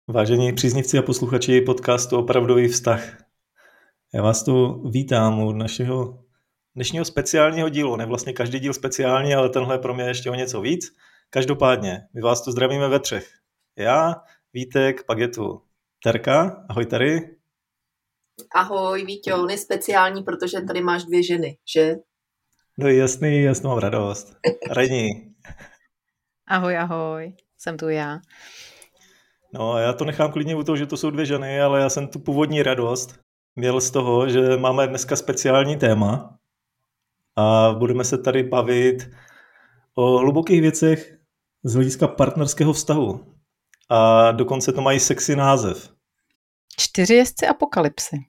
Vážení příznivci a posluchači podcastu Opravdový vztah. Já vás tu vítám u našeho dnešního speciálního dílu. Ne vlastně každý díl speciální, ale tenhle je pro mě ještě o něco víc. Každopádně, my vás tu zdravíme ve třech. Já, Vítek, pak je tu Terka. Ahoj tady. Ahoj Víťo, on je speciální, protože tady máš 2 ženy, že? No jasný, jasnou mám radost. Reni. Ahoj, jsem tu já. No a já to nechám klidně u toho, že to jsou 2 ženy, ale já jsem tu původní radost měl z toho, že máme dneska speciální téma a budeme se tady bavit o hlubokých věcech z hlediska partnerského vztahu. A dokonce to mají sexy název. 4 jezdci apokalypsy.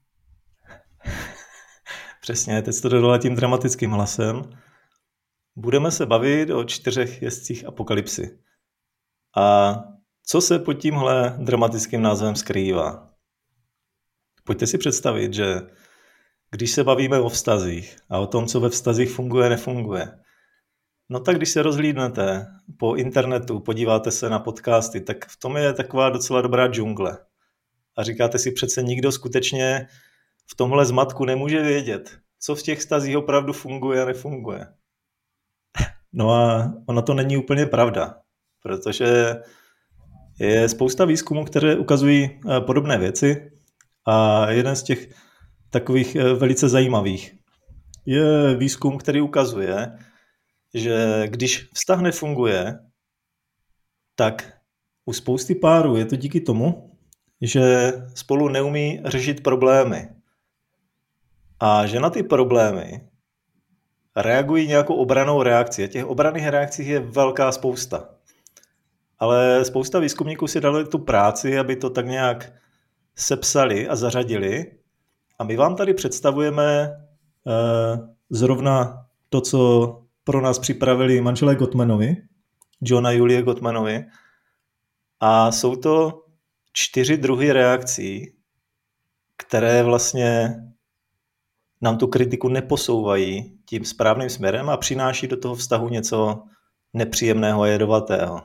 Přesně, teď jsi to dodala tím dramatickým hlasem. Budeme se bavit o 4 jezdcích apokalypsy. A co se pod tímhle dramatickým názvem skrývá? Pojďte si představit, že když se bavíme o vztazích a o tom, co ve vztazích funguje, nefunguje, no tak když se rozhlídnete po internetu, podíváte se na podcasty, tak v tom je taková docela dobrá džungle. A říkáte si, přece nikdo skutečně v tomhle zmatku nemůže vědět, co v těch vztazích opravdu funguje a nefunguje. No a ona to není úplně pravda, protože je spousta výzkumů, které ukazují podobné věci a jeden z těch takových velice zajímavých je výzkum, který ukazuje, že když vztah nefunguje, tak u spousty párů je to díky tomu, že spolu neumí řešit problémy. A že na ty problémy reagují nějakou obrannou reakci. A těch obranných reakcí je velká spousta. Ale spousta výzkumníků si dali tu práci, aby to tak nějak sepsali a zařadili. A my vám tady představujeme zrovna to, co pro nás připravili manželé Gottmanovi, John a Julie Gottmanovi. A jsou to 4 druhy reakcí, které vlastně nám tu kritiku neposouvají tím správným směrem a přináší do toho vztahu něco nepříjemného a jedovatého.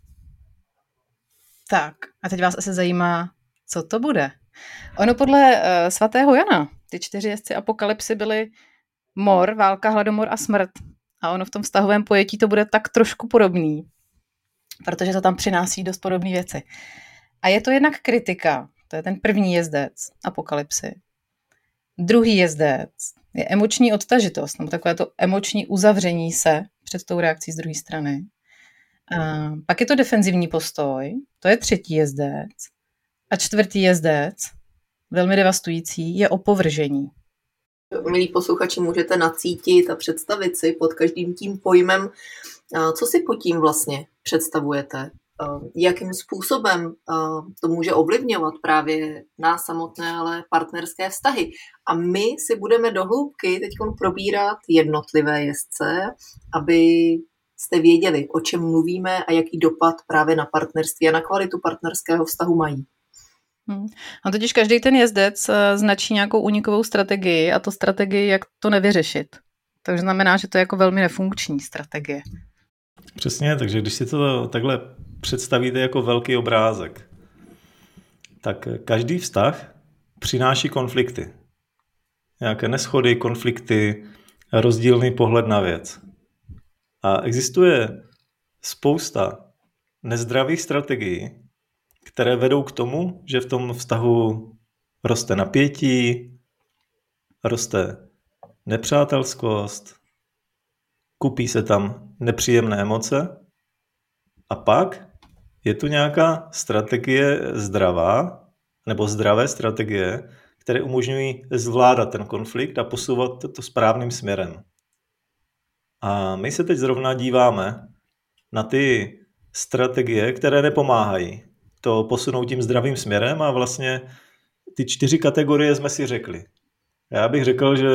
Tak, a teď vás asi zajímá, co to bude. Ono podle svatého Jana, ty 4 jezdci apokalypsy byly mor, válka, hladomor a smrt. A ono v tom vztahovém pojetí to bude tak trošku podobný, protože to tam přináší dost podobné věci. A je to jednak kritika, to je ten první jezdec apokalypsy. Druhý jezdec je emoční odtažitost, nebo takové to emoční uzavření se před tou reakcí z druhé strany. A pak je to defenzivní postoj, to je 3. jezdec. A 4. jezdec, velmi devastující, je opovržení. Milí posluchači, můžete nacítit a představit si pod každým tím pojmem, co si pod tím vlastně představujete. Jakým způsobem to může ovlivňovat právě nás samotné, ale partnerské vztahy. A my si budeme do hloubky teď probírat jednotlivé jezdce, aby jste věděli, o čem mluvíme a jaký dopad právě na partnerství a na kvalitu partnerského vztahu mají. A totiž každý ten jezdec značí nějakou únikovou strategii a to strategii, jak to nevyřešit. Takže znamená, že to je jako velmi nefunkční strategie. Přesně, takže když si to takhle představíte jako velký obrázek, tak každý vztah přináší konflikty. Nějaké neshody, konflikty, rozdílný pohled na věc. A existuje spousta nezdravých strategií, které vedou k tomu, že v tom vztahu roste napětí, roste nepřátelskost, kupí se tam nepříjemné emoce a pak je tu nějaká strategie zdravá nebo zdravé strategie, které umožňují zvládat ten konflikt a posouvat to správným směrem. A my se teď zrovna díváme na ty strategie, které nepomáhají to posunout tím zdravým směrem a vlastně ty 4 kategorie jsme si řekli. Já bych řekl, že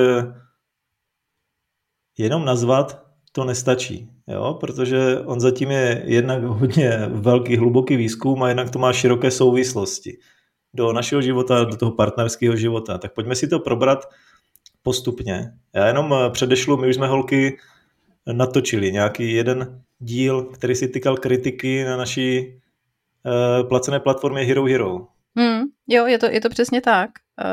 jenom nazvat to nestačí, jo? Protože on zatím je jednak hodně velký, hluboký výzkum a jednak to má široké souvislosti do našeho života, do toho partnerského života. Tak pojďme si to probrat postupně. Já jenom předešlu, my už jsme holky natočili nějaký jeden díl, který si týkal kritiky na naší placené platformě Hero Hero. Jo, je to přesně tak.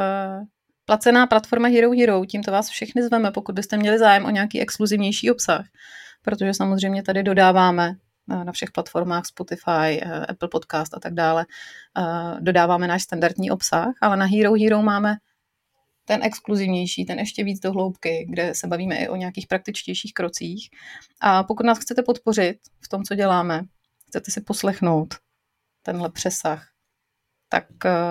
Placená platforma Hero Hero, tímto vás všechny zveme, pokud byste měli zájem o nějaký exkluzivnější obsah, protože samozřejmě tady dodáváme na všech platformách Spotify, Apple Podcast a tak dále, dodáváme náš standardní obsah, ale na Hero Hero máme ten exkluzivnější, ten ještě víc do hloubky, kde se bavíme i o nějakých praktičtějších krocích. A pokud nás chcete podpořit v tom, co děláme, chcete si poslechnout tenhle přesah, tak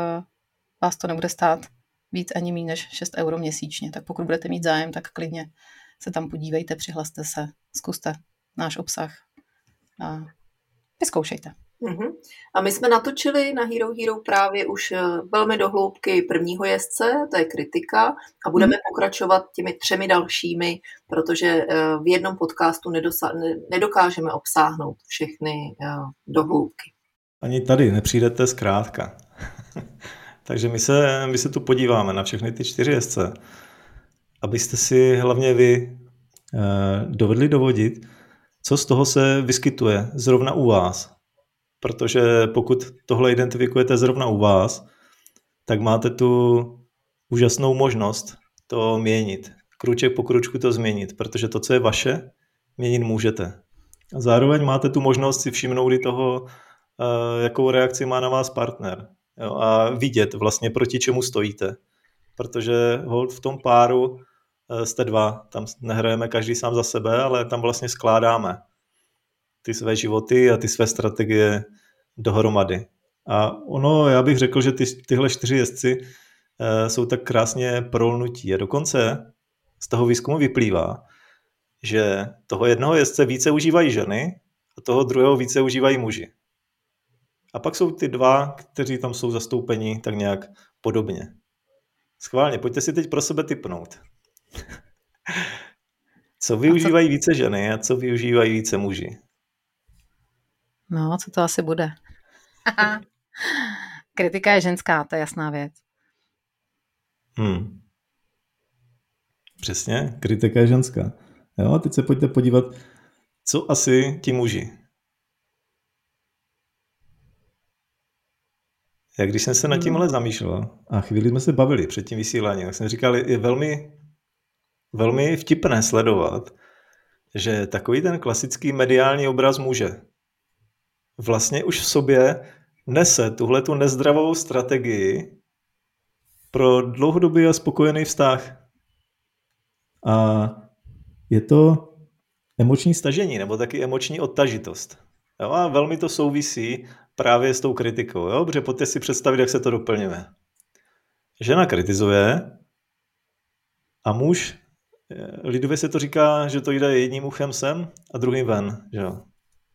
vás to nebude stát víc ani méně než 6 € měsíčně. Tak pokud budete mít zájem, tak klidně se tam podívejte, přihlaste se, zkuste náš obsah a vyzkoušejte. Uhum. A my jsme natočili na Hero Hero právě už velmi do hloubky prvního jezdce, to je kritika, a budeme pokračovat těmi 3 dalšími, protože v jednom podcastu nedokážeme obsáhnout všechny do hloubky. Ani tady nepřijdete zkrátka. Takže my se tu podíváme na všechny ty 4 jezdce, abyste si hlavně vy dovedli dovodit, co z toho se vyskytuje zrovna u vás. Protože pokud tohle identifikujete zrovna u vás, tak máte tu úžasnou možnost to měnit. Krůček po kručku to změnit, protože to, co je vaše, měnit můžete. A zároveň máte tu možnost si všimnout i toho, jakou reakci má na vás partner. Jo, a vidět vlastně, proti čemu stojíte. Protože v tom páru jste 2, tam nehrajeme každý sám za sebe, ale tam vlastně skládáme ty své životy a ty své strategie dohromady. A já bych řekl, že tyhle 4 jezdci jsou tak krásně prolnutí. A dokonce z toho výzkumu vyplývá, že toho jednoho jezdce více užívají ženy a toho druhého více užívají muži. A pak jsou ty 2, kteří tam jsou zastoupeni tak nějak podobně. Schválně, pojďte si teď pro sebe tipnout. Co využívají více ženy a co využívají více muži? No, co to asi bude? Kritika je ženská, to je jasná věc. Přesně, kritika je ženská. Jo, a teď se pojďte podívat, co asi ti muži. Jak když jsem se nad tímhle zamýšlel a chvíli jsme se bavili před tím vysíláním, tak jsem říkal, je velmi, velmi vtipné sledovat, že takový ten klasický mediální obraz muže vlastně už v sobě nese tuhletu nezdravou strategii pro dlouhodobý a spokojený vztah. A je to emoční stažení nebo taky emoční odtažitost. Jo, a velmi to souvisí právě s tou kritikou. Jo? Protože pojďte si představit, jak se to doplňuje. Žena kritizuje a muž, lidově se to říká, že to jde jedním uchem sem a druhým ven. Že jo?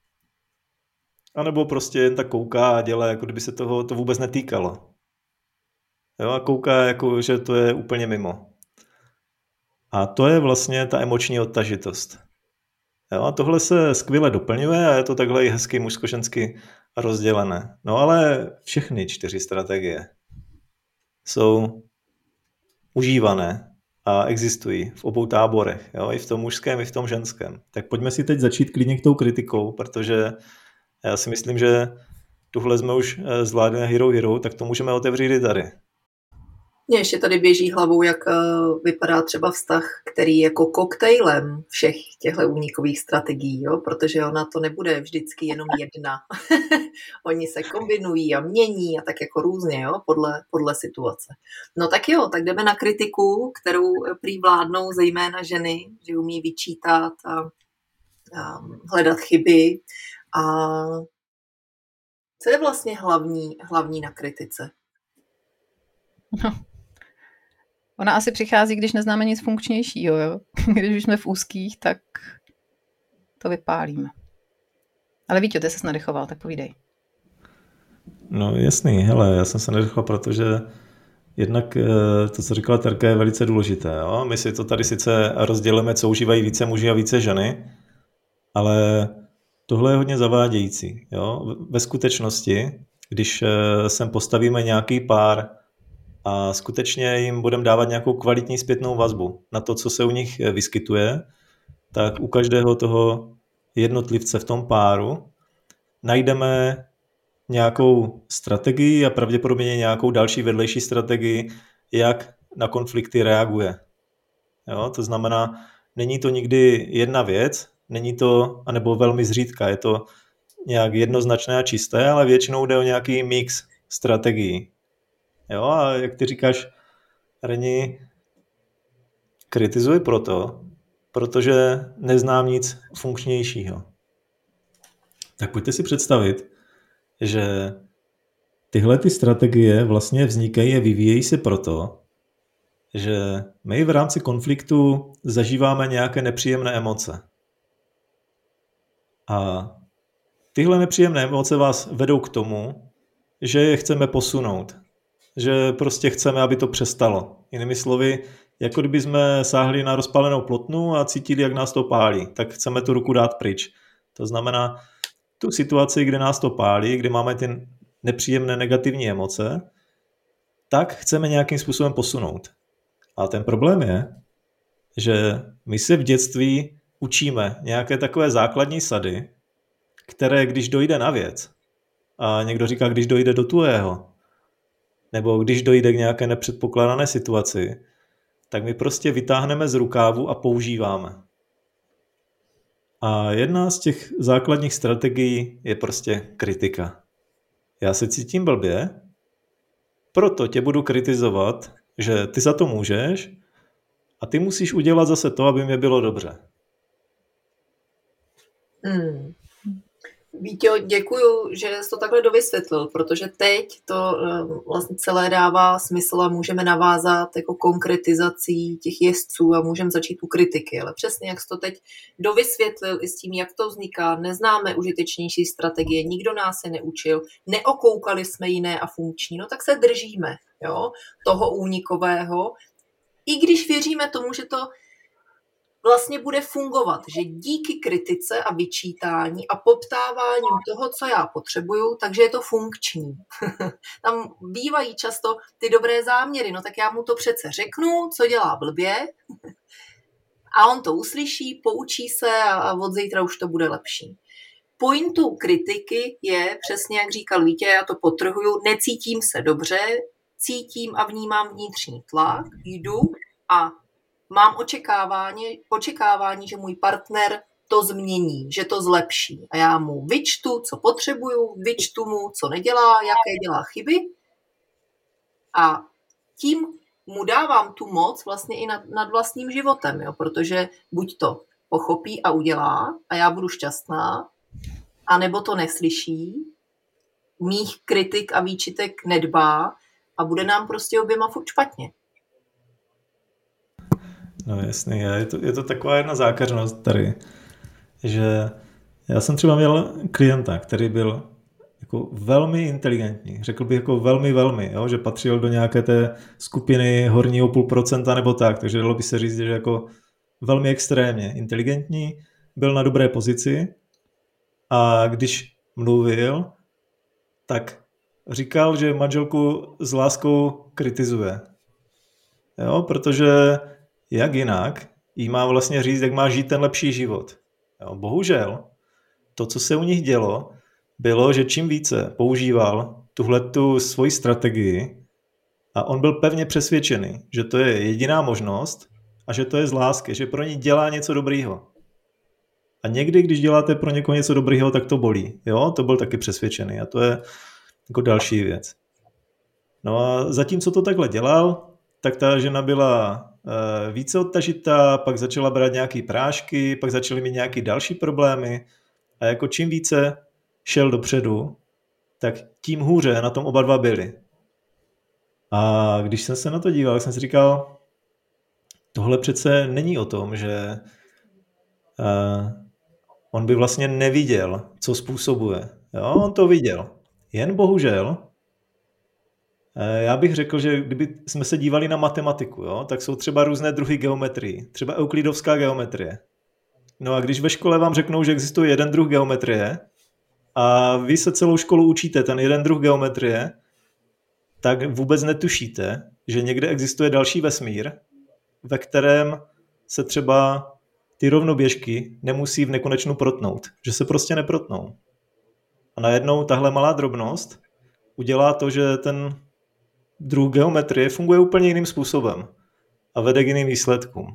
A nebo prostě jen tak kouká a dělá, jako kdyby se toho to vůbec netýkalo. Jo? A kouká, jako, že to je úplně mimo. A to je vlastně ta emoční odtažitost. Jo, a tohle se skvěle doplňuje a je to takhle i hezky mužsko-žensky rozdělené. No ale všechny 4 strategie jsou užívané a existují v obou táborech, jo, i v tom mužském, i v tom ženském. Tak pojďme si teď začít klidně k tou kritikou, protože já si myslím, že tuhle jsme už zvládli na Hero Hero, tak to můžeme otevřít i tady. Mně ještě tady běží hlavou, jak vypadá třeba vztah, který je jako koktejlem všech těchto únikových strategií, jo? Protože ona to nebude vždycky jenom jedna. Oni se kombinují a mění a tak jako různě, jo? Podle situace. No tak jo, tak jdeme na kritiku, kterou prý vládnou zejména ženy, že umí vyčítat a hledat chyby. A co je vlastně hlavní na kritice? No. Ona asi přichází, když neznáme nic funkčnějšího, jo? Když už jsme v úzkých, tak to vypálíme. Ale Víťo, ty ses nadechoval, tak povídej. No jasný, hele, já jsem se nadechoval, protože jednak to, co říkala Terka, je velice důležité. Jo? My si to tady sice rozdělíme, co užívají více muži a více ženy, ale tohle je hodně zavádějící. Jo? Ve skutečnosti, když sem postavíme nějaký pár a skutečně jim budeme dávat nějakou kvalitní zpětnou vazbu na to, co se u nich vyskytuje, tak u každého toho jednotlivce v tom páru najdeme nějakou strategii a pravděpodobně nějakou další vedlejší strategii, jak na konflikty reaguje. Jo? To znamená, není to nikdy jedna věc, není to, anebo velmi zřídka, je to nějak jednoznačné a čisté, ale většinou jde o nějaký mix strategií. Jo? A jak ty říkáš, Reni, kritizuji protože neznám nic funkčnějšího. Tak pojďte si představit, že tyhle ty strategie vlastně vznikají a vyvíjejí se proto, že my v rámci konfliktu zažíváme nějaké nepříjemné emoce. A tyhle nepříjemné emoce vás vedou k tomu, že je chceme posunout. Že prostě chceme, aby to přestalo. Jinými slovy, jako kdyby jsme sáhli na rozpálenou plotnu a cítili, jak nás to pálí, tak chceme tu ruku dát pryč. To znamená, tu situaci, kde nás to pálí, kde máme ty nepříjemné negativní emoce, tak chceme nějakým způsobem posunout. A ten problém je, že my se v dětství učíme nějaké takové základní sady, které když dojde na věc, a někdo říká, když dojde do tuhého, nebo když dojde k nějaké nepředpokládané situaci, tak my prostě vytáhneme z rukávu a používáme. A jedna z těch základních strategií je prostě kritika. Já se cítím blbě, proto tě budu kritizovat, že ty za to můžeš a ty musíš udělat zase to, aby mě bylo dobře. Víťo, děkuju, že jsi to takhle dovysvětlil, protože teď to vlastně celé dává smysl a můžeme navázat jako konkretizací těch jezdců a můžeme začít u kritiky. Ale přesně jak jsi to teď dovysvětlil i s tím, jak to vzniká, neznáme užitečnější strategie, nikdo nás se neučil, neokoukali jsme jiné a funkční, no tak se držíme, jo, toho únikového, i když věříme tomu, že to vlastně bude fungovat, že díky kritice a vyčítání a poptáváním toho, co já potřebuju, takže je to funkční. Tam bývají často ty dobré záměry, no tak já mu to přece řeknu, co dělá blbě a on to uslyší, poučí se a od zítra už to bude lepší. Pointu kritiky je, přesně jak říkal Vítě, já to podtrhuju, necítím se dobře, cítím a vnímám vnitřní tlak, jdu a mám očekávání, že můj partner to změní, že to zlepší. A já mu vyčtu, co potřebuju, vyčtu mu, co nedělá, jaké dělá chyby. A tím mu dávám tu moc vlastně i nad vlastním životem, jo? Protože buď to pochopí a udělá a já budu šťastná, anebo to neslyší, mých kritik a výčitek nedbá a bude nám prostě oběma furt špatně. No jasný, je to taková jedna zákeřnost tady, že já jsem třeba měl klienta, který byl jako velmi inteligentní, řekl bych jako velmi, jo, že patřil do nějaké té skupiny horního 0,5% nebo tak, takže dalo by se říct, že jako velmi extrémně inteligentní, byl na dobré pozici a když mluvil, tak říkal, že manželku s láskou kritizuje. Jo, protože jak jinak jí má vlastně říct, jak má žít ten lepší život. Jo, bohužel, to, co se u nich dělo, bylo, že čím více používal tuhletu svoji strategii a on byl pevně přesvědčený, že to je jediná možnost a že to je z lásky, že pro ní dělá něco dobrýho. A někdy, když děláte pro někoho něco dobrýho, tak to bolí. Jo, to byl taky přesvědčený a to je jako další věc. No a zatímco to takhle dělal, tak ta žena byla více odtažitá, pak začala brát nějaký prášky, pak začaly mít nějaký další problémy a jako čím více šel dopředu, tak tím hůře na tom oba dva byli. A když jsem se na to díval, tak jsem si říkal, tohle přece není o tom, že on by vlastně neviděl, co způsobuje. Jo, on to viděl. Jen bohužel, já bych řekl, že kdyby jsme se dívali na matematiku, jo, tak jsou třeba různé druhy geometrii, třeba euklidovská geometrie. No a když ve škole vám řeknou, že existuje jeden druh geometrie a vy se celou školu učíte ten jeden druh geometrie, tak vůbec netušíte, že někde existuje další vesmír, ve kterém se třeba ty rovnoběžky nemusí v nekonečnu protnout, že se prostě neprotnou. A najednou tahle malá drobnost udělá to, že ten druh geometrie funguje úplně jiným způsobem a vede k jiným výsledkům.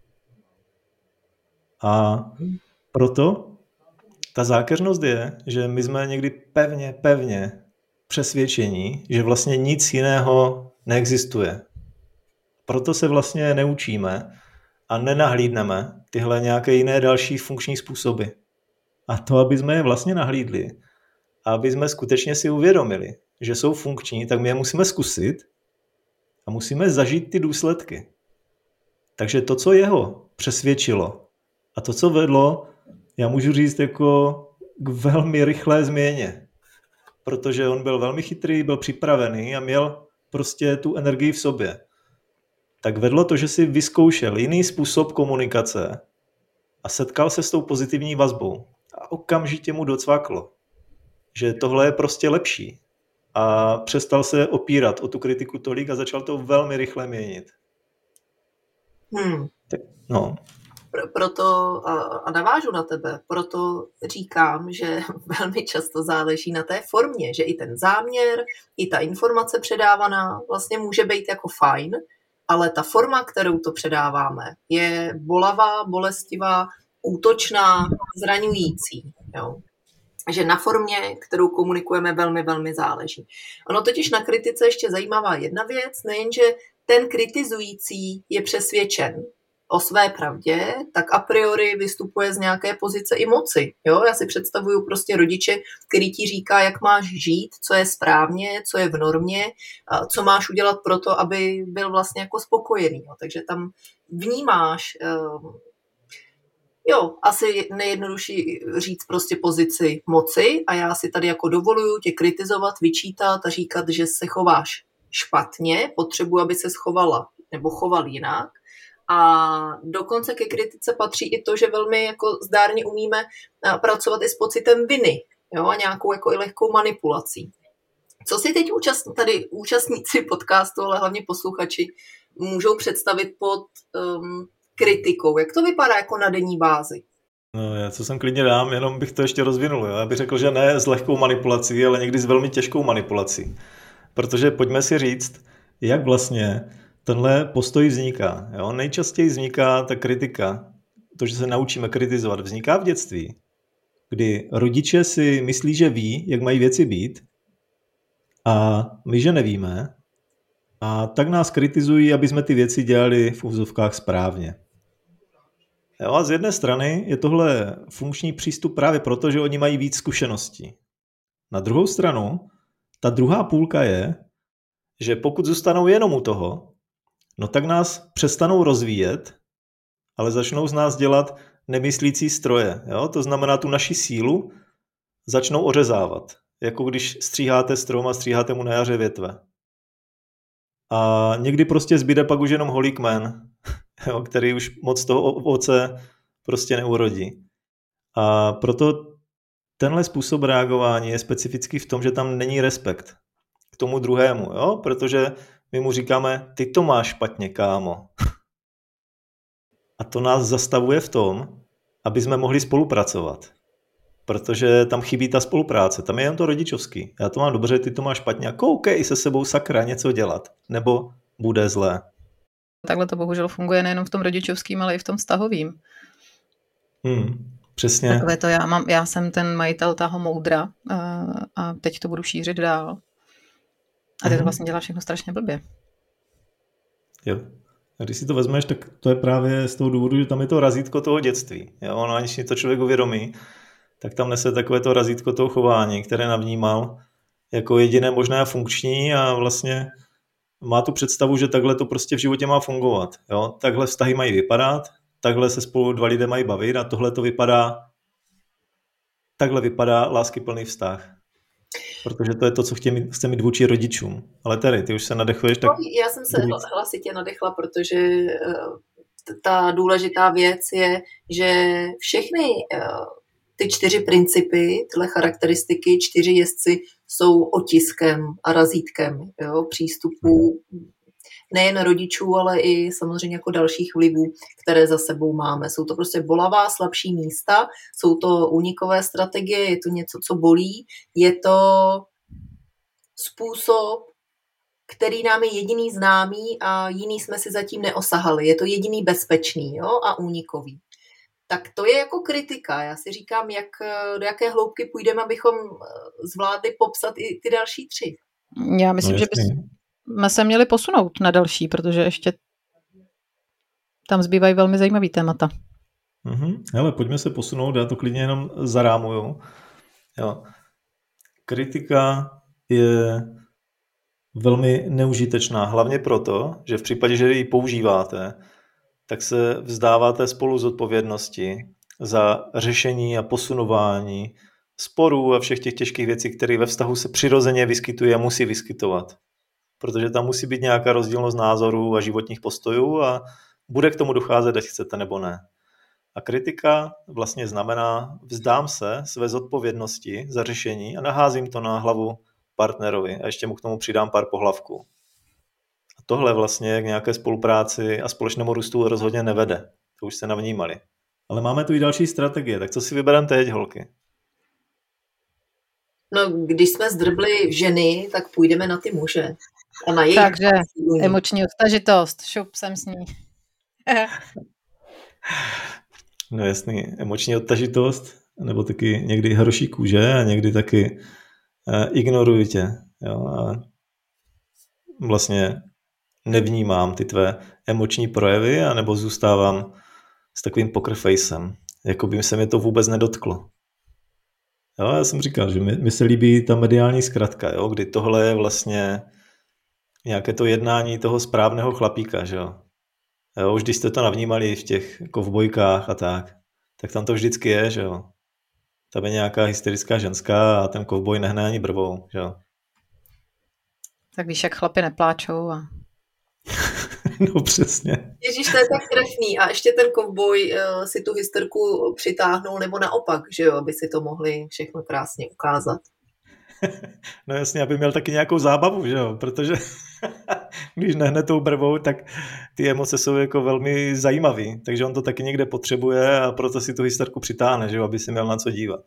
A proto ta zákeřnost je, že my jsme někdy pevně přesvědčení, že vlastně nic jiného neexistuje. Proto se vlastně neučíme a nenahlídneme tyhle nějaké jiné další funkční způsoby. A to, aby jsme je vlastně nahlídli a aby jsme skutečně si uvědomili, že jsou funkční, tak my je musíme zkusit a musíme zažít ty důsledky. Takže to, co jeho přesvědčilo a to, co vedlo, já můžu říct jako k velmi rychlé změně. Protože on byl velmi chytrý, byl připravený a měl prostě tu energii v sobě. Tak vedlo to, že si vyzkoušel jiný způsob komunikace a setkal se s tou pozitivní vazbou. A okamžitě mu docvaklo, že tohle je prostě lepší. A přestal se opírat o tu kritiku tolik a začal to velmi rychle měnit. Tak, no. Proto, a navážu na tebe, proto říkám, že velmi často záleží na té formě, že i ten záměr, i ta informace předávaná vlastně může být jako fajn, ale ta forma, kterou to předáváme, je bolavá, bolestivá, útočná, zraňující. Jo? Že na formě, kterou komunikujeme, velmi, velmi záleží. Ono totiž na kritice ještě zajímavá jedna věc, nejenže ten kritizující je přesvědčen o své pravdě, tak a priori vystupuje z nějaké pozice i moci. Jo? Já si představuju prostě rodiče, který ti říká, jak máš žít, co je správně, co je v normě, co máš udělat pro to, aby byl vlastně jako spokojený. Jo? Takže tam vnímáš, asi nejjednodušší říct prostě pozici moci a já si tady jako dovoluju tě kritizovat, vyčítat a říkat, že se chováš špatně, potřebuji, aby se schovala nebo choval jinak. A dokonce ke kritice patří i to, že velmi jako zdárně umíme pracovat i s pocitem viny, jo, a nějakou jako i lehkou manipulací. Co si teď účastníci podcastu, ale hlavně posluchači, můžou představit pod kritikou? Jak to vypadá jako na denní bázi? No, já co jsem klidně dám, jenom bych to ještě rozvinul. Jo? Já bych řekl, že ne s lehkou manipulací, ale někdy s velmi těžkou manipulací. Protože pojďme si říct, jak vlastně tenhle postoj vzniká. Jo? Nejčastěji vzniká ta kritika, to, že se naučíme kritizovat, vzniká v dětství, kdy rodiče si myslí, že ví, jak mají věci být a my, že nevíme, a tak nás kritizují, aby jsme ty věci dělali v úzovkách správně. Jo, a z jedné strany je tohle funkční přístup právě proto, že oni mají víc zkušeností. Na druhou stranu, ta druhá půlka je, že pokud zůstanou jenom u toho, no tak nás přestanou rozvíjet, ale začnou z nás dělat nemyslící stroje. Jo? To znamená, tu naši sílu začnou ořezávat. Jako když stříháte strom a stříháte mu na jaře větve. A někdy prostě zbyde pak už jenom holý kmen, jo? Který už moc toho ovoce prostě neurodí. A proto tenhle způsob reagování je specifický v tom, že tam není respekt k tomu druhému, jo? Protože my mu říkáme, ty to máš špatně, kámo. A to nás zastavuje v tom, aby jsme mohli spolupracovat. Protože tam chybí ta spolupráce, tam je jen to rodičovský. Já to mám dobře, ty to máš špatně. A koukej se sebou sakra něco dělat, nebo bude zlé. Takhle to bohužel funguje nejenom v tom rodičovským, ale i v tom vztahovým. Přesně. Takové to já jsem ten majitel toho moudra a teď to budu šířit dál. A ty to vlastně dělá všechno strašně blbě. Jo. A když si to vezmeš, tak to je právě z toho důvodu, že tam je to razítko toho dětství. Jo? Ono, aniž si to člověk uvědomí, tak tam nese takové to razítko toho chování, které navnímal jako jediné možné a funkční a vlastně má tu představu, že takhle to prostě v životě má fungovat. Jo? Takhle vztahy mají vypadat, takhle se spolu dva lidé mají bavit a takhle vypadá láskyplný vztah. Protože to je to, co chce mít vůči rodičům. Ale tady, ty už se nadechuješ. Tak... Já jsem se hlasitě nadechla, protože ta důležitá věc je, že všechny ty 4 principy, tyhle charakteristiky, 4 jezdci jsou otiskem a razítkem, jo, přístupu nejen rodičů, ale i samozřejmě jako dalších vlivů, které za sebou máme. Jsou to prostě bolavá, slabší místa, jsou to únikové strategie, je to něco, co bolí, je to způsob, který nám je jediný známý a jiný jsme si zatím neosahali. Je to jediný bezpečný, jo, a únikový. Tak to je jako kritika. Já si říkám, do jaké hloubky půjdeme, abychom zvládli popsat i ty další 3. Já myslím, že bychom se měli posunout na další, protože ještě tam zbývají velmi zajímavý témata. Hele, pojďme se posunout, já to klidně jenom zarámuju. Jo. Kritika je velmi neužitečná, hlavně proto, že v případě, že ji používáte, tak se vzdáváte spolu zodpovědnosti za řešení a posunování sporů a všech těch těžkých věcí, které ve vztahu se přirozeně vyskytují a musí vyskytovat. Protože tam musí být nějaká rozdílnost názorů a životních postojů a bude k tomu docházet, ať chcete nebo ne. A kritika vlastně znamená, vzdám se své zodpovědnosti za řešení a naházím to na hlavu partnerovi a ještě mu k tomu přidám pár pohlavků. A tohle vlastně k nějaké spolupráci a společnému růstu rozhodně nevede. To už jste navnímali. Ale máme tu i další strategie, tak co si vybereme teď, holky? No, když jsme zdrbli ženy, tak půjdeme na ty muže. A na jejich takže emoční odtažitost, šup sem s ní. No jasný, emoční odtažitost, nebo taky někdy hroší kůže a někdy taky ignoruji tě. Jo, a vlastně nevnímám ty tvé emoční projevy, anebo zůstávám s takovým poker facem, jako by se mi to vůbec nedotklo. Jo, já jsem říkal, že mi se líbí ta mediální zkratka, jo, kdy tohle je vlastně nějaké to jednání toho správného chlapíka, že jo. Jo, už když jste to navnímali v těch kovbojkách a tak tam to vždycky je, že jo. Tam je nějaká hysterická ženská a ten kovboj nehne ani brvou, že jo. Tak víš, jak chlapi nepláčou a... No přesně. Ježíš, to je tak trefný. A ještě ten kovboj si tu hysterku přitáhnul, nebo naopak, že jo, aby si to mohli všechno krásně ukázat. No jasně, aby měl taky nějakou zábavu, že jo, protože když nehne tou brvou, tak ty emoce jsou jako velmi zajímavý, takže on to taky někde potřebuje a proto si tu hysterku přitáhne, že jo, aby si měl na co dívat.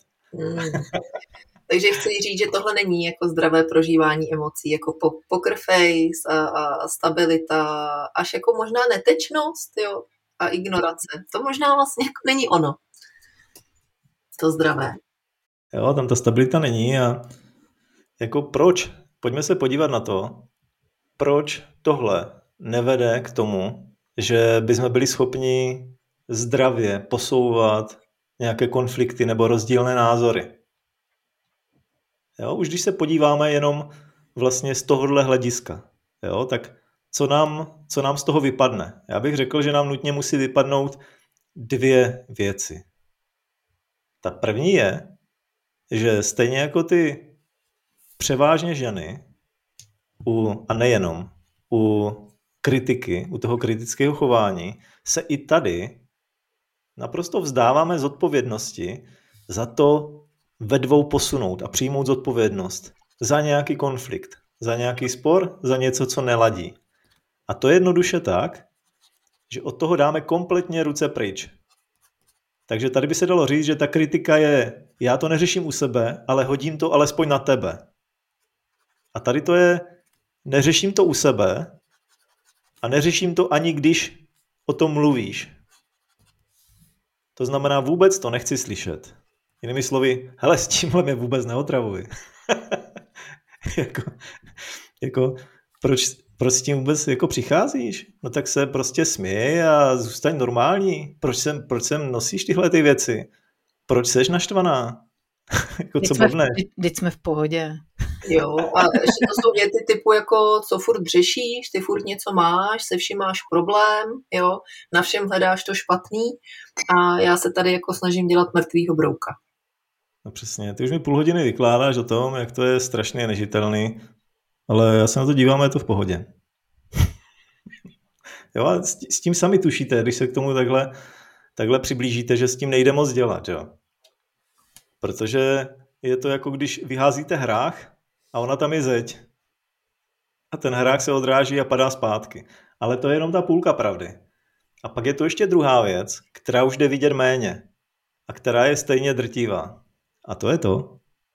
Takže chci říct, že tohle není jako zdravé prožívání emocí, jako poker face a stabilita, až jako možná netečnost, jo, a ignorace. To možná vlastně jako není ono. To zdravé. Jo, tam ta stabilita není a jako proč? Pojďme se podívat na to, proč tohle nevede k tomu, že bychom byli schopni zdravě posouvat nějaké konflikty nebo rozdílné názory. Jo, už když se podíváme jenom vlastně z tohohle hlediska, jo, tak co nám z toho vypadne? Já bych řekl, že nám nutně musí vypadnout 2 věci. Ta první je, že stejně jako ty převážně ženy, a nejenom, u kritiky, u toho kritického chování, se i tady naprosto vzdáváme zodpovědnosti za to ve 2 posunout a přijmout zodpovědnost za nějaký konflikt, za nějaký spor, za něco, co neladí. A to je jednoduše tak, že od toho dáme kompletně ruce pryč. Takže tady by se dalo říct, že ta kritika je, já to neřeším u sebe, ale hodím to alespoň na tebe. A tady to je, neřeším to u sebe a neřeším to ani když o tom mluvíš. To znamená, vůbec to nechci slyšet. Jinými slovy, hele, s tímhle mě vůbec neotravuj. proč s tím vůbec jako přicházíš? No tak se prostě směj a zůstaň normální. Proč sem nosíš tyhle ty věci? Proč seš naštvaná? Jako co blbne? Teď jsme v pohodě. Jo, a ještě to jsou věty typu jako, co furt řešíš, ty furt něco máš, se vším máš problém, jo, na všem hledáš to špatný a já se tady jako snažím dělat mrtvýho brouka. No přesně, ty už mi půl hodiny vykládáš o tom, jak to je strašně nežitelný, ale já se na to dívám, je to v pohodě. Jo, a s tím sami tušíte, když se k tomu takhle přiblížíte, že s tím nejde moc dělat, jo. Protože je to jako když vyházíte hrách a ona tam je zeď. a ten hrách se odráží a padá zpátky. Ale to je jenom ta půlka pravdy. A pak je tu ještě druhá věc, která už jde vidět méně a která je stejně drtivá. A to je to,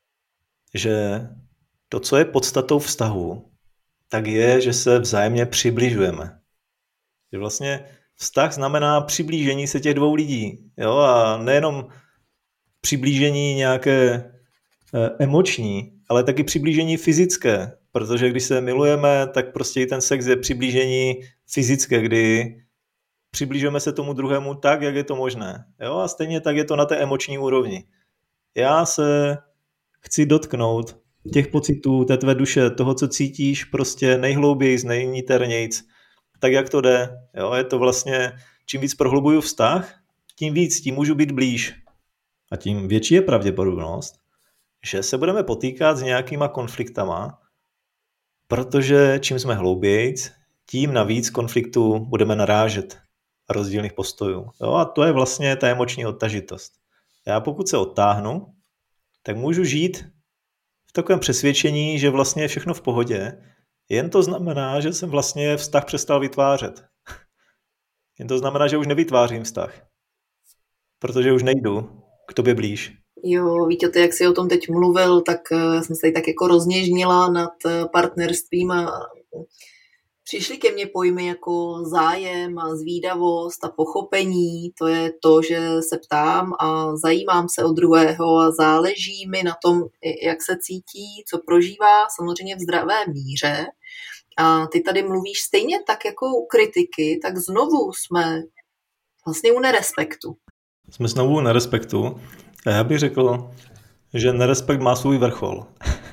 že to, co je podstatou vztahu, tak je, že se vzájemně přibližujeme. Že vlastně vztah znamená přiblížení se těch dvou lidí. Jo? A nejenom přiblížení nějaké emoční, ale taky přiblížení fyzické. Protože když se milujeme, tak prostě i ten sex je přiblížení fyzické, kdy přiblížujeme se tomu druhému tak, jak je to možné. Jo? A stejně tak je to na té emoční úrovni. Já se chci dotknout těch pocitů, té tvé duše, toho, co cítíš, prostě nejhlouběji, nejniternějc, tak, jak to jde. Jo? Je to vlastně, čím víc prohlubuju vztah, tím víc, tím můžu být blíž. A tím větší je pravděpodobnost, že se budeme potýkat s nějakýma konfliktama, protože čím jsme hloubějc, tím navíc konfliktu budeme narážet a rozdílných postojů. Jo? A to je vlastně ta emoční odtažitost. Já pokud se odtáhnu, tak můžu žít v takovém přesvědčení, že vlastně je všechno v pohodě, jen to znamená, že jsem vlastně vztah přestal vytvářet. Jen to znamená, že už nevytvářím vztah, protože už nejdu k tobě blíž. Jo, Víte, ty, jak jsi o tom teď mluvil, tak jsem se tady tak jako rozněžnila nad partnerstvím a přišly ke mně pojmy jako zájem a zvídavost a pochopení. To je to, že se ptám a zajímám se o druhého a záleží mi na tom, jak se cítí, co prožívá, samozřejmě v zdravé míře. A ty tady mluvíš stejně tak jako u kritiky, tak znovu jsme vlastně u nerespektu. Jsme znovu u nerespektu. A já bych řekl, že nerespekt má svůj vrchol.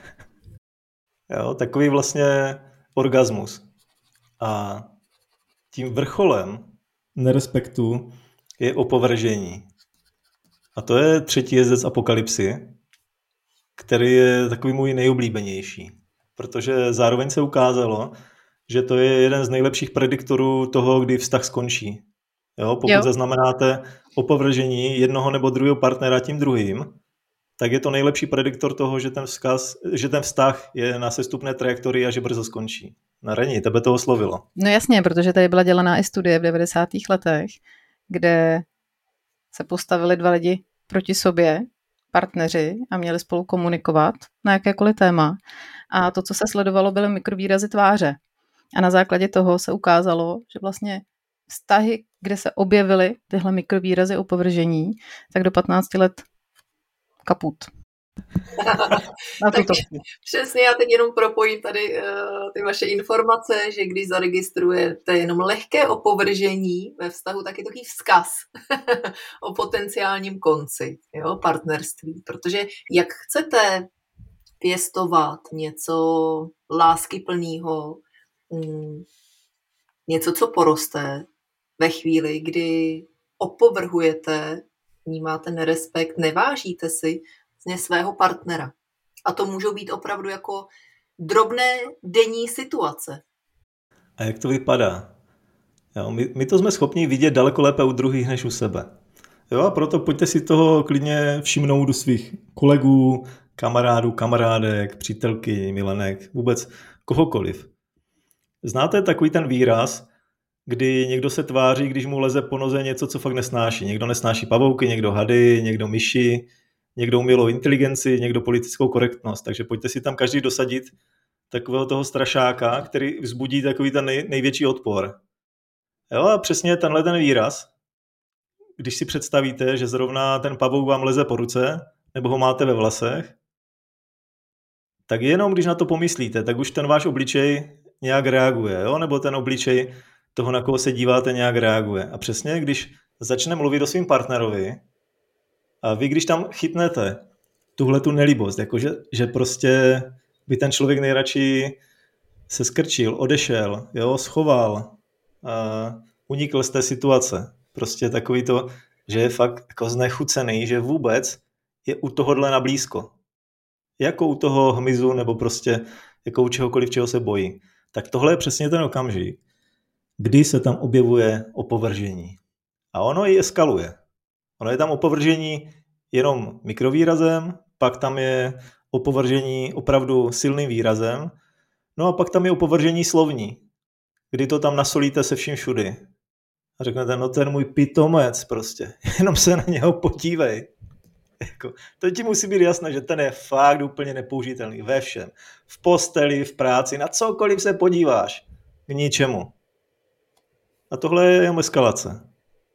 Jo, takový vlastně orgasmus. A tím vrcholem nerespektu je opovržení. A to je třetí jezdec apokalypsy, který je takový můj nejoblíbenější. Protože zároveň se ukázalo, že to je jeden z nejlepších prediktorů toho, kdy vztah skončí. Jo, pokud zaznamenáte opovržení jednoho nebo druhého partnera tím druhým, tak je to nejlepší prediktor toho, že ten vztah je na sestupné trajektorii a že brzo skončí. Na Reni, tebe to oslovilo. No jasně, protože tady byla dělaná i studie v 90. letech, kde se postavili dva lidi proti sobě, partneři, a měli spolu komunikovat na jakékoliv téma. A to, co se sledovalo, byly mikrovýrazy tváře. A na základě toho se ukázalo, že vlastně vztahy, kde se objevily tyhle mikrovýrazy opovržení, tak do 15 let kaput. Tak přesně, já teď jenom propojím tady ty vaše informace, že když zaregistrujete jenom lehké opovržení ve vztahu, tak je to takový vzkaz o potenciálním konci, jo, partnerství. Protože jak chcete pěstovat něco láskyplného, něco, co poroste ve chvíli, kdy opovrhujete, vnímáte nerespekt, nevážíte si svého partnera. A to můžou být opravdu jako drobné denní situace. A jak to vypadá? Jo, my to jsme schopni vidět daleko lépe u druhých než u sebe. Jo, a proto pojďte si toho klidně všimnout u svých kolegů, kamarádů, kamarádek, přítelky, milenek, vůbec kohokoliv. Znáte takový ten výraz, kdy někdo se tváří, když mu leze po noze něco, co fakt nesnáší. Někdo nesnáší pavouky, někdo hady, někdo myši, někdo umělou inteligenci, někdo politickou korektnost. Takže pojďte si tam každý dosadit takového toho strašáka, který vzbudí takový ten největší odpor. Jo, a přesně tenhle ten výraz, když si představíte, že zrovna ten pavouk vám leze po ruce, nebo ho máte ve vlasech, tak jenom když na to pomyslíte, tak už ten váš obličej nějak reaguje, jo? Nebo ten obličej toho, na koho se díváte, nějak reaguje. A přesně, když začne mluvit o svým partnerovi, a vy, když tam chytnete tuhletu nelibost, jakože že prostě by ten člověk nejradši se skrčil, odešel, jo, schoval, unikl z té situace. Prostě takový to, že je fakt jako znechucený, že vůbec je u tohohle nablízko. Jako u toho hmyzu nebo prostě jako u čehokoliv, čeho se bojí. Tak tohle je přesně ten okamžik, kdy se tam objevuje opovržení. A ono i eskaluje. Ono je tam opovržení jenom mikrovýrazem, pak tam je opovržení opravdu silným výrazem, No a pak tam je opovržení slovní, kdy to tam nasolíte se vším všudy. A řeknete, no ten můj pitomec prostě, jenom se na něho podívej. Jako, to ti musí být jasné, že ten je fakt úplně nepoužitelný ve všem. V posteli, v práci, na cokoliv se podíváš. K ničemu. A tohle je jenom eskalace.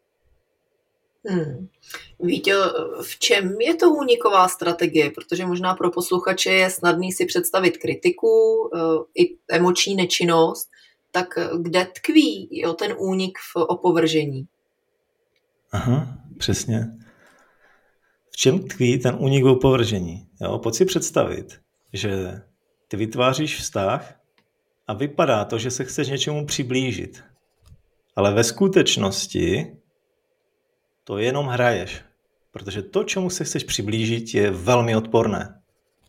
Víte, v čem je to úniková strategie? Protože možná pro posluchače je snadný si představit kritiku, i emoční nečinnost, tak kde tkví ten únik v opovržení? Aha, přesně. V čem tkví ten únik v opovržení? Jo, pojď si představit, že ty vytváříš vztah a vypadá to, že se chceš něčemu přiblížit. Ale ve skutečnosti to jenom hraješ. Protože to, čemu se chceš přiblížit, je velmi odporné.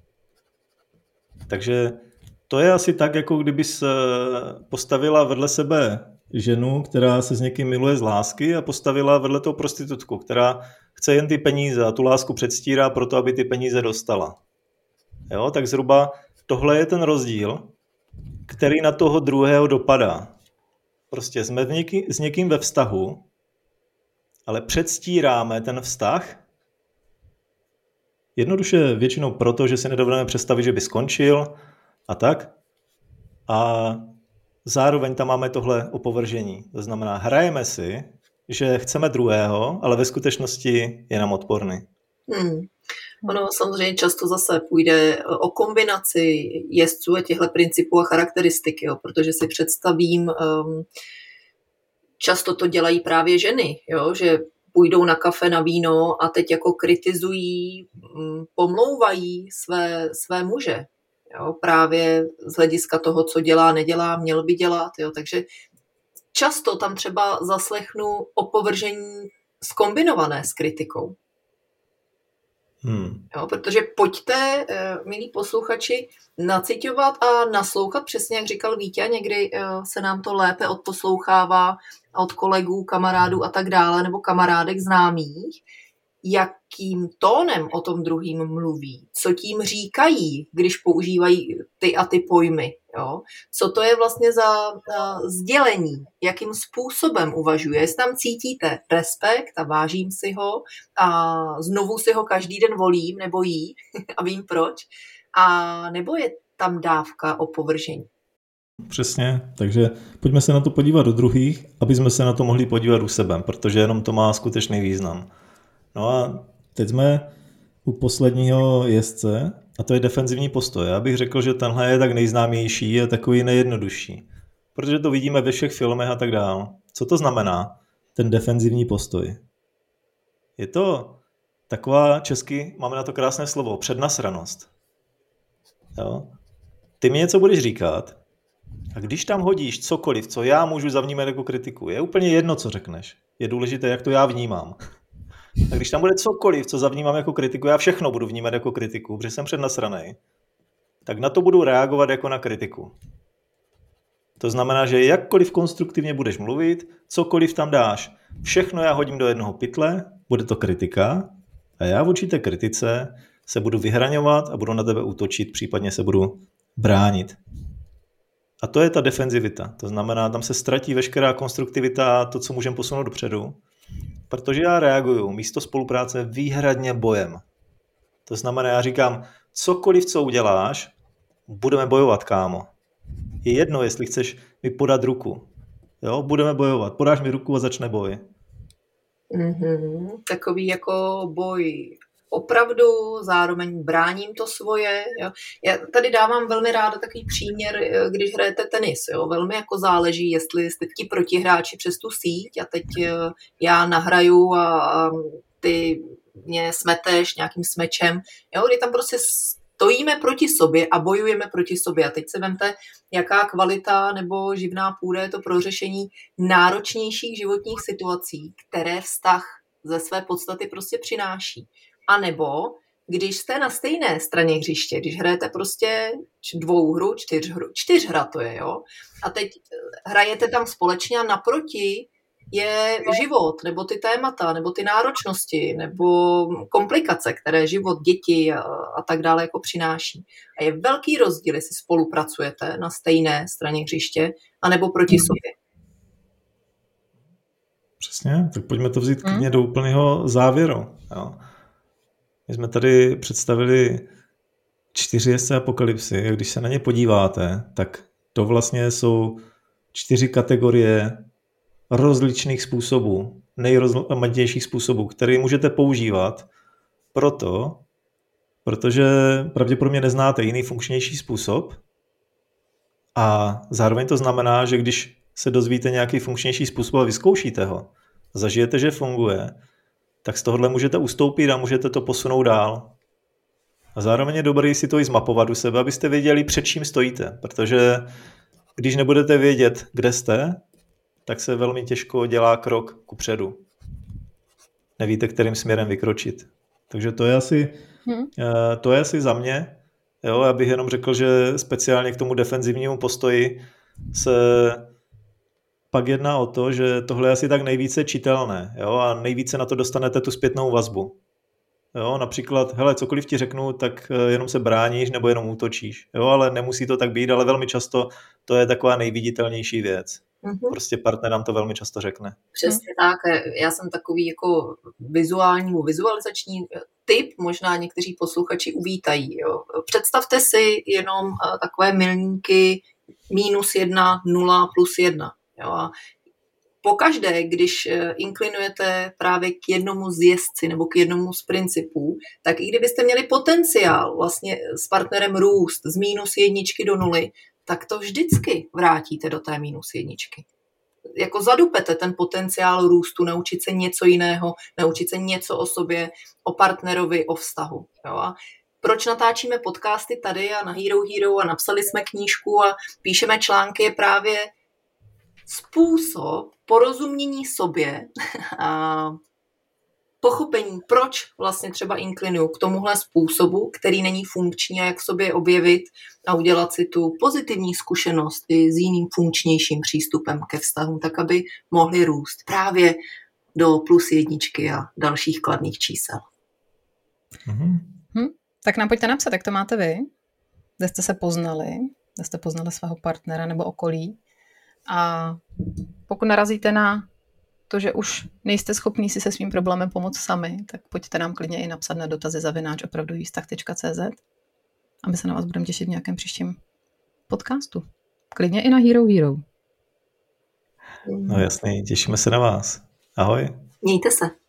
Takže to je asi tak, jako kdybys postavila vedle sebe ženu, která se s někým miluje z lásky, a postavila vedle toho prostitutku, která chce jen ty peníze a tu lásku předstírá proto, aby ty peníze dostala. Jo, tak zhruba tohle je ten rozdíl, který na toho druhého dopadá. Prostě jsme s někým ve vztahu, ale předstíráme ten vztah jednoduše většinou proto, že si nedovedeme představit, že by skončil a tak. A zároveň tam máme tohle opovržení. To znamená, hrajeme si, že chceme druhého, ale ve skutečnosti je nám odporný. Ono samozřejmě často zase půjde o kombinaci jezdců a těchto principů a charakteristik, jo, protože si představím, často to dělají právě ženy, jo, že půjdou na kafe, na víno a teď jako kritizují, pomlouvají své muže. Jo, právě z hlediska toho, co dělá, nedělá, měl by dělat. Jo, takže často tam třeba zaslechnu opovržení zkombinované s kritikou. Jo, protože pojďte, milí posluchači, naciťovat a naslouchat, přesně jak říkal Vítě, někdy se nám to lépe odposlouchává od kolegů, kamarádů a tak dále, nebo kamarádek známých, jakým tónem o tom druhým mluví, co tím říkají, když používají ty a ty pojmy. Jo? Co to je vlastně za sdělení, jakým způsobem uvažuje. Jestli tam cítíte respekt a vážím si ho a znovu si ho každý den volím nebo jí a vím proč, a nebo je tam dávka opovržení. Přesně, takže pojďme se na to podívat do druhých, aby jsme se na to mohli podívat u sebe, protože jenom to má skutečný význam. No a teď jsme u posledního jezdce a to je defenzivní postoj. Já bych řekl, že tenhle je tak nejznámější a takový nejjednodušší, protože to vidíme ve všech filmech a tak dále. Co to znamená, ten defenzivní postoj? Je to taková, česky máme na to krásné slovo, přednasranost. Jo? Ty mi něco budeš říkat a když tam hodíš cokoliv, co já můžu zavnímat jako kritiku, je úplně jedno, co řekneš. Je důležité, jak to já vnímám. A když tam bude cokoliv, co zavnímám jako kritiku, já všechno budu vnímat jako kritiku, protože jsem přednasranej, tak na to budu reagovat jako na kritiku. To znamená, že jakkoliv konstruktivně budeš mluvit, cokoliv tam dáš, všechno já hodím do jednoho pytle, bude to kritika a já vůči té kritice se budu vyhraňovat a budu na tebe útočit, případně se budu bránit. A to je ta defenzivita. To znamená, tam se ztratí veškerá konstruktivita, to, co můžeme posunout dopředu, protože já reaguju místo spolupráce výhradně bojem. To znamená, já říkám, cokoliv, co uděláš, budeme bojovat, kámo. Je jedno, jestli chceš mi podat ruku. Jo, budeme bojovat. Podáš mi ruku a začne boj. Takový jako boj opravdu, zároveň bráním to svoje. Jo. Já tady dávám velmi ráda takový příměr, když hrajete tenis. Jo. Velmi jako záleží, jestli jste ti protihráči přes tu síť a teď já nahraju a ty mě smeteš nějakým smečem. Jo, kdy tam prostě stojíme proti sobě a bojujeme proti sobě. A teď se vemte, jaká kvalita nebo živná půda je to pro řešení náročnějších životních situací, které vztah ze své podstaty prostě přináší. A nebo když jste na stejné straně hřiště, když hrajete prostě dvouhru, čtyřhra to je, jo, a teď hrajete tam společně a naproti je život, nebo ty témata, nebo ty náročnosti, nebo komplikace, které život, děti a tak dále jako přináší. A je velký rozdíl, jestli spolupracujete na stejné straně hřiště, anebo proti sobě. Přesně, tak pojďme to vzít klidně do úplného závěru. Jo. My jsme tady představili 4 jezdce apokalypsy. Když se na ně podíváte, tak to vlastně jsou 4 kategorie rozličných způsobů, nejrozmanitnějších způsobů, které můžete používat protože pravděpodobně neznáte jiný funkčnější způsob a zároveň to znamená, že když se dozvíte nějaký funkčnější způsob a vyzkoušíte ho, zažijete, že funguje, tak z tohohle můžete ustoupit a můžete to posunout dál. A zároveň je dobré si to i zmapovat u sebe, abyste věděli, před čím stojíte, protože když nebudete vědět, kde jste, tak se velmi těžko dělá krok kupředu. Nevíte, kterým směrem vykročit. Takže to je asi za mě. Jo, já bych jenom řekl, že speciálně k tomu defenzivnímu postoji se pak jedná o to, že tohle je asi tak nejvíce čitelné, jo, a nejvíce na to dostanete tu zpětnou vazbu. Jo, například, hele, cokoliv ti řeknu, tak jenom se bráníš nebo jenom útočíš. Jo, ale nemusí to tak být, ale velmi často to je taková nejviditelnější věc. Prostě partner nám to velmi často řekne. Přesně tak. Já jsem takový jako vizualizační typ, možná někteří posluchači uvítají. Jo. Představte si jenom takové milníky -1, 0, +1. Jo. A pokaždé, když inklinujete právě k jednomu z jezdci nebo k jednomu z principů, tak i kdybyste měli potenciál vlastně s partnerem růst z -1 do 0, tak to vždycky vrátíte do té -1. Jako zadupete ten potenciál růstu, naučit se něco jiného, naučit se něco o sobě, o partnerovi, o vztahu. Jo? A proč natáčíme podcasty tady a na Hero a napsali jsme knížku a píšeme články, je právě způsob porozumění sobě a pochopení, proč vlastně třeba inklinuju k tomuhle způsobu, který není funkční a jak sobě objevit a udělat si tu pozitivní zkušenost i s jiným funkčnějším přístupem ke vztahům, tak aby mohli růst právě do +1 a dalších kladných čísel. Tak nám pojďte napsat, jak to máte vy, kde jste se poznali, kde jste poznali svého partnera nebo okolí a pokud narazíte na to, že už nejste schopní si se svým problémem pomoct sami, tak pojďte nám klidně i napsat na dotazy@opravdovývztah.cz a my se na vás budeme těšit v nějakém příštím podcastu. Klidně i na Hero. No jasný, těšíme se na vás. Ahoj. Mějte se.